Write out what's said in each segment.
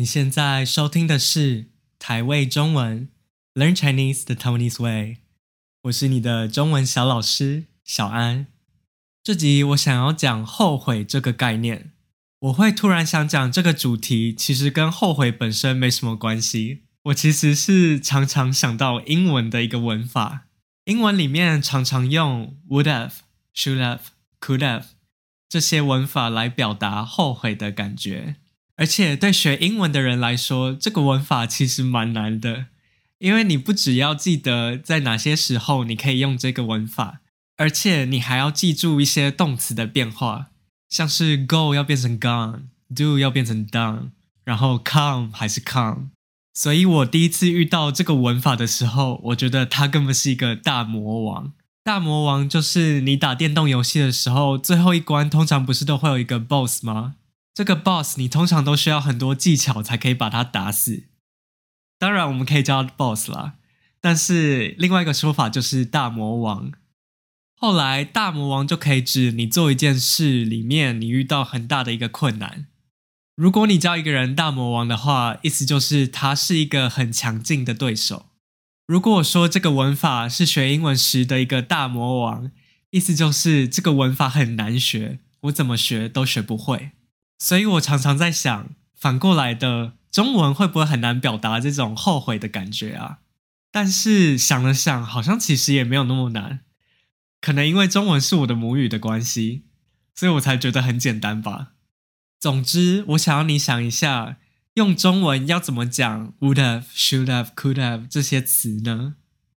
你现在收听的是台味中文 Learn Chinese the Taiwanese Way， 我是你的中文小老师小安。这集我想要讲后悔这个概念。我会突然想讲这个主题，其实跟后悔本身没什么关系。我其实是常常想到英文的一个文法，英文里面常常用 would have、should have、could have 这些文法来表达后悔的感觉。而且对学英文的人来说，这个文法其实蛮难的，因为你不只要记得在哪些时候你可以用这个文法，而且你还要记住一些动词的变化，像是 go 要变成 gone，do 要变成 done， 然后 come 还是 come。所以我第一次遇到这个文法的时候，我觉得它根本是一个大魔王。大魔王就是你打电动游戏的时候，最后一关通常不是都会有一个 boss 吗？这个 boss 你通常都需要很多技巧才可以把它打死。当然我们可以叫它 boss 啦，但是另外一个说法就是大魔王。后来大魔王就可以指你做一件事里面你遇到很大的一个困难。如果你叫一个人大魔王的话，意思就是他是一个很强劲的对手。如果我说这个文法是学英文时的一个大魔王，意思就是这个文法很难学，我怎么学都学不会。所以我常常在想，反过来的，中文会不会很难表达这种后悔的感觉啊？但是想了想，好像其实也没有那么难。可能因为中文是我的母语的关系，所以我才觉得很简单吧。总之，我想要你想一下，用中文要怎么讲 would have、should have、could have 这些词呢？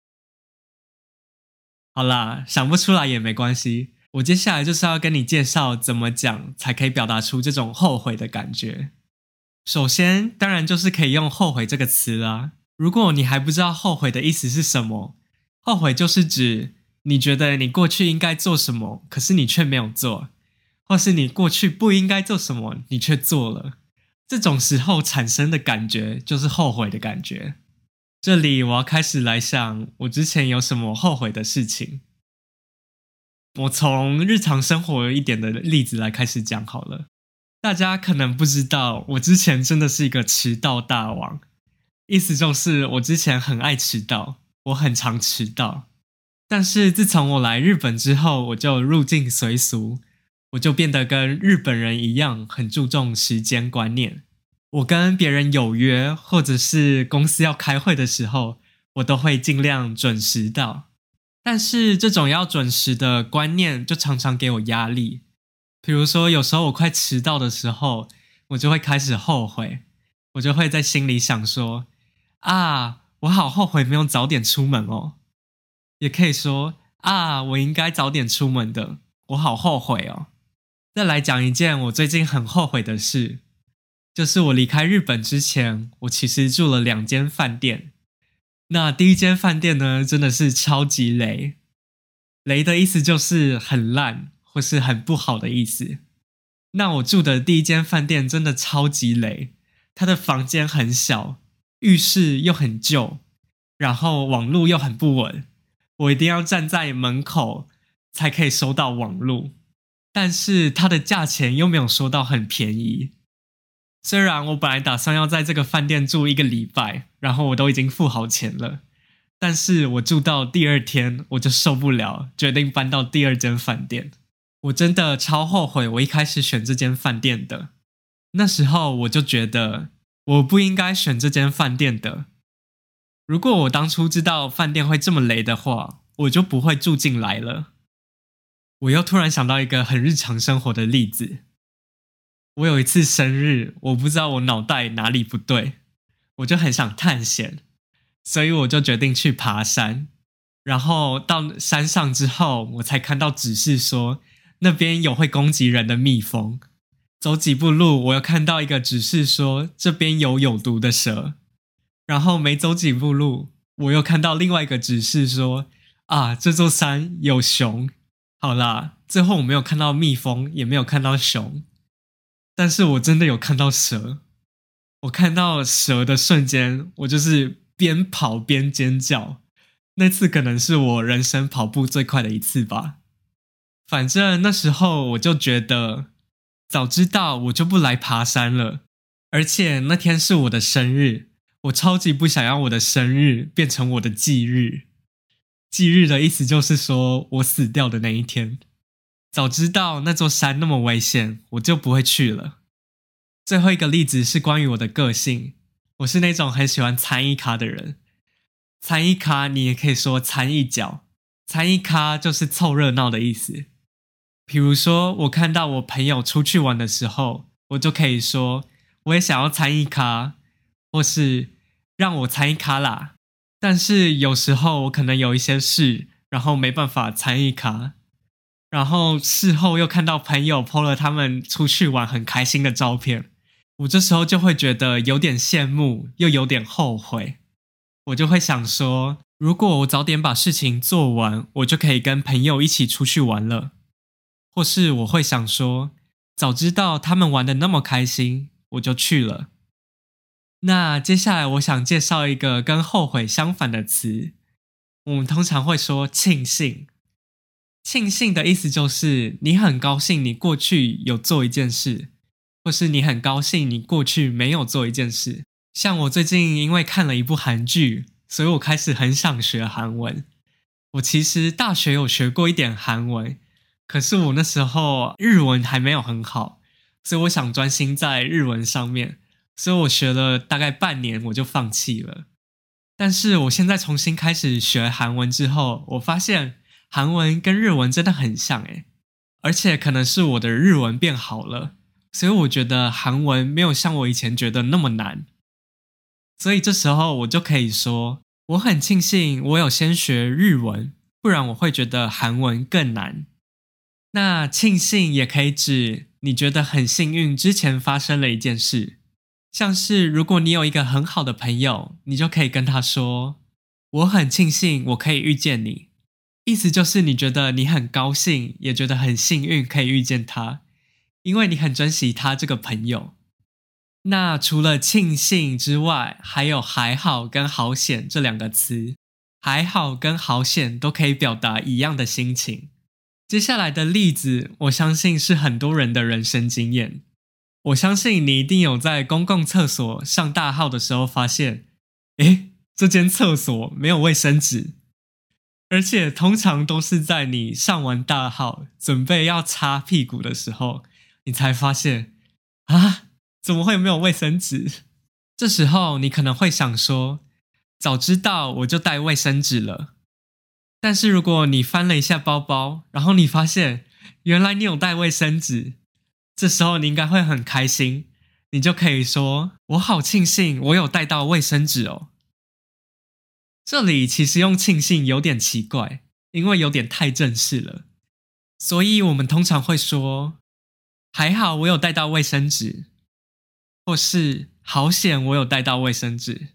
好啦，想不出来也没关系。我接下来就是要跟你介绍怎么讲才可以表达出这种后悔的感觉。首先，当然就是可以用后悔这个词啦。如果你还不知道后悔的意思是什么，后悔就是指你觉得你过去应该做什么，可是你却没有做，或是你过去不应该做什么，你却做了。这种时候产生的感觉就是后悔的感觉。这里我要开始来想我之前有什么后悔的事情。我从日常生活一点的例子来开始讲好了。大家可能不知道，我之前真的是一个迟到大王。意思就是我之前很爱迟到，我很常迟到。但是自从我来日本之后，我就入境随俗，我就变得跟日本人一样，很注重时间观念。我跟别人有约，或者是公司要开会的时候，我都会尽量准时到。但是这种要准时的观念就常常给我压力。比如说有时候我快迟到的时候，我就会开始后悔，我就会在心里想说，我好后悔没有早点出门哦。也可以说，我应该早点出门的，我好后悔哦。再来讲一件我最近很后悔的事，就是我离开日本之前，我其实住了2间饭店。那第一间饭店呢，真的是超级雷。雷的意思就是很烂，或是很不好的意思。那我住的第一间饭店真的超级雷，它的房间很小，浴室又很旧，然后网路又很不稳，我一定要站在门口才可以收到网路。但是它的价钱又没有说到很便宜。虽然我本来打算要在这个饭店住1个礼拜，然后我都已经付好钱了，但是我住到第2天我就受不了，决定搬到第2间饭店。我真的超后悔我一开始选这间饭店的。那时候我就觉得我不应该选这间饭店的。如果我当初知道饭店会这么雷的话，我就不会住进来了。我又突然想到一个很日常生活的例子。我有一次生日，我不知道我脑袋哪里不对，我就很想探险，所以我就决定去爬山。然后到山上之后，我才看到指示说那边有会攻击人的蜜蜂。走几步路，我又看到一个指示说这边有毒的蛇。然后没走几步路，我又看到另外一个指示说这座山有熊。好啦，最后我没有看到蜜蜂，也没有看到熊，但是我真的有看到蛇。我看到蛇的瞬间，我就是边跑边尖叫。那次可能是我人生跑步最快的一次吧。反正那时候我就觉得，早知道我就不来爬山了。 而且那天是我的生日，我超级不想要我的生日变成我的忌日。忌日的意思就是说我死掉的那一天。早知道那座山那么危险，我就不会去了。最后一个例子是关于我的个性，我是那种很喜欢参一咖的人。参一咖你也可以说参一脚，参一咖就是凑热闹的意思。比如说我看到我朋友出去玩的时候，我就可以说我也想要参一咖，或是让我参一咖啦。但是有时候我可能有一些事，然后没办法参一咖，然后事后又看到朋友 po 了他们出去玩很开心的照片，我这时候就会觉得有点羡慕，又有点后悔。我就会想说，如果我早点把事情做完，我就可以跟朋友一起出去玩了。或是我会想说，早知道他们玩得那么开心，我就去了。那接下来我想介绍一个跟后悔相反的词，我们通常会说庆幸。庆幸的意思就是你很高兴你过去有做一件事，或是你很高兴你过去没有做一件事。像我最近因为看了一部韩剧，所以我开始很想学韩文。我其实大学有学过一点韩文，可是我那时候日文还没有很好，所以我想专心在日文上面，所以我学了大概半年我就放弃了。但是我现在重新开始学韩文之后，我发现韩文跟日文真的很像诶，而且可能是我的日文变好了，所以我觉得韩文没有像我以前觉得那么难。所以这时候我就可以说，我很庆幸我有先学日文，不然我会觉得韩文更难。那庆幸也可以指你觉得很幸运之前发生了一件事，像是如果你有一个很好的朋友，你就可以跟他说，我很庆幸我可以遇见你。意思就是你觉得你很高兴，也觉得很幸运可以遇见他，因为你很珍惜他这个朋友。那除了庆幸之外，还有还好跟好险这两个词。还好跟好险都可以表达一样的心情。接下来的例子，我相信是很多人的人生经验。我相信你一定有在公共厕所上大号的时候发现，这间厕所没有卫生纸。而且通常都是在你上完大号，准备要擦屁股的时候，你才发现，啊，怎么会没有卫生纸？这时候你可能会想说，早知道我就带卫生纸了。但是如果你翻了一下包包，然后你发现原来你有带卫生纸，这时候你应该会很开心，你就可以说，我好庆幸我有带到卫生纸哦。这里其实用庆幸有点奇怪，因为有点太正式了，所以我们通常会说，还好我有带到卫生纸，或是好险我有带到卫生纸。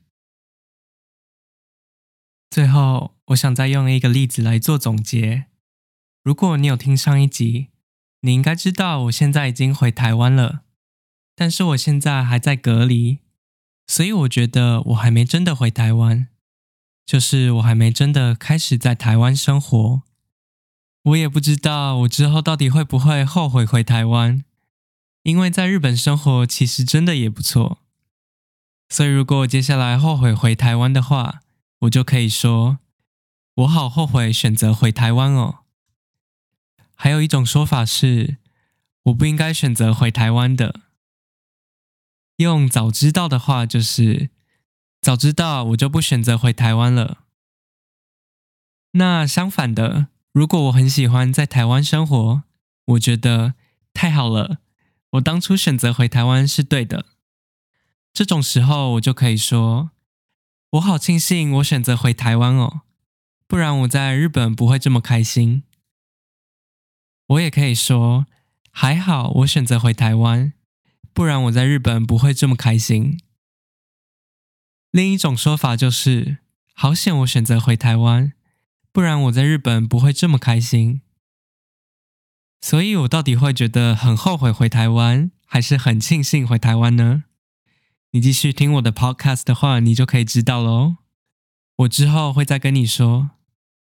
最后，我想再用一个例子来做总结。如果你有听上一集，你应该知道我现在已经回台湾了，但是我现在还在隔离，所以我觉得我还没真的回台湾，就是我还没真的开始在台湾生活。我也不知道我之后到底会不会后悔回台湾，因为在日本生活其实真的也不错。所以如果我接下来后悔回台湾的话，我就可以说，我好后悔选择回台湾哦。还有一种说法是，我不应该选择回台湾的。用早知道的话就是，早知道我就不选择回台湾了。那相反的，如果我很喜欢在台湾生活，我觉得太好了，我当初选择回台湾是对的。这种时候我就可以说，我好庆幸我选择回台湾哦，不然我在日本不会这么开心。我也可以说，还好我选择回台湾，不然我在日本不会这么开心。另一种说法就是，好险我选择回台湾，不然我在日本不会这么开心。所以我到底会觉得很后悔回台湾，还是很庆幸回台湾呢？你继续听我的 podcast 的话，你就可以知道了哦。我之后会再跟你说。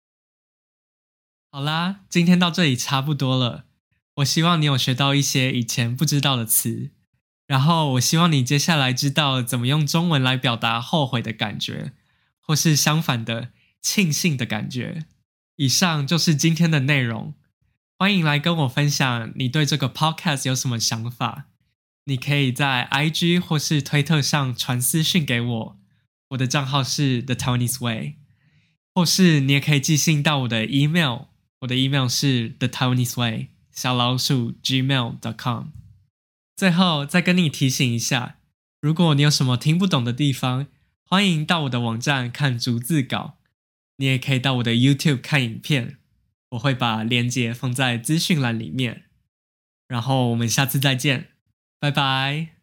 好啦，今天到这里差不多了。我希望你有学到一些以前不知道的词。 然后我希望你接下来知道怎么用中文来表达后悔的感觉，或是相反的庆幸的感觉。以上就是今天的内容，欢迎来跟我分享你对这个 podcast 有什么想法。你可以在 IG 或是推特上传私讯给我，我的账号是 The Taiwanese Way， 或是你也可以寄信到我的 email， 我的 email 是 The Taiwanese Way @gmail.com。最后再跟你提醒一下，如果你有什么听不懂的地方，欢迎到我的网站看逐字稿，你也可以到我的 YouTube 看影片，我会把链接放在资讯栏里面。然后我们下次再见，拜拜。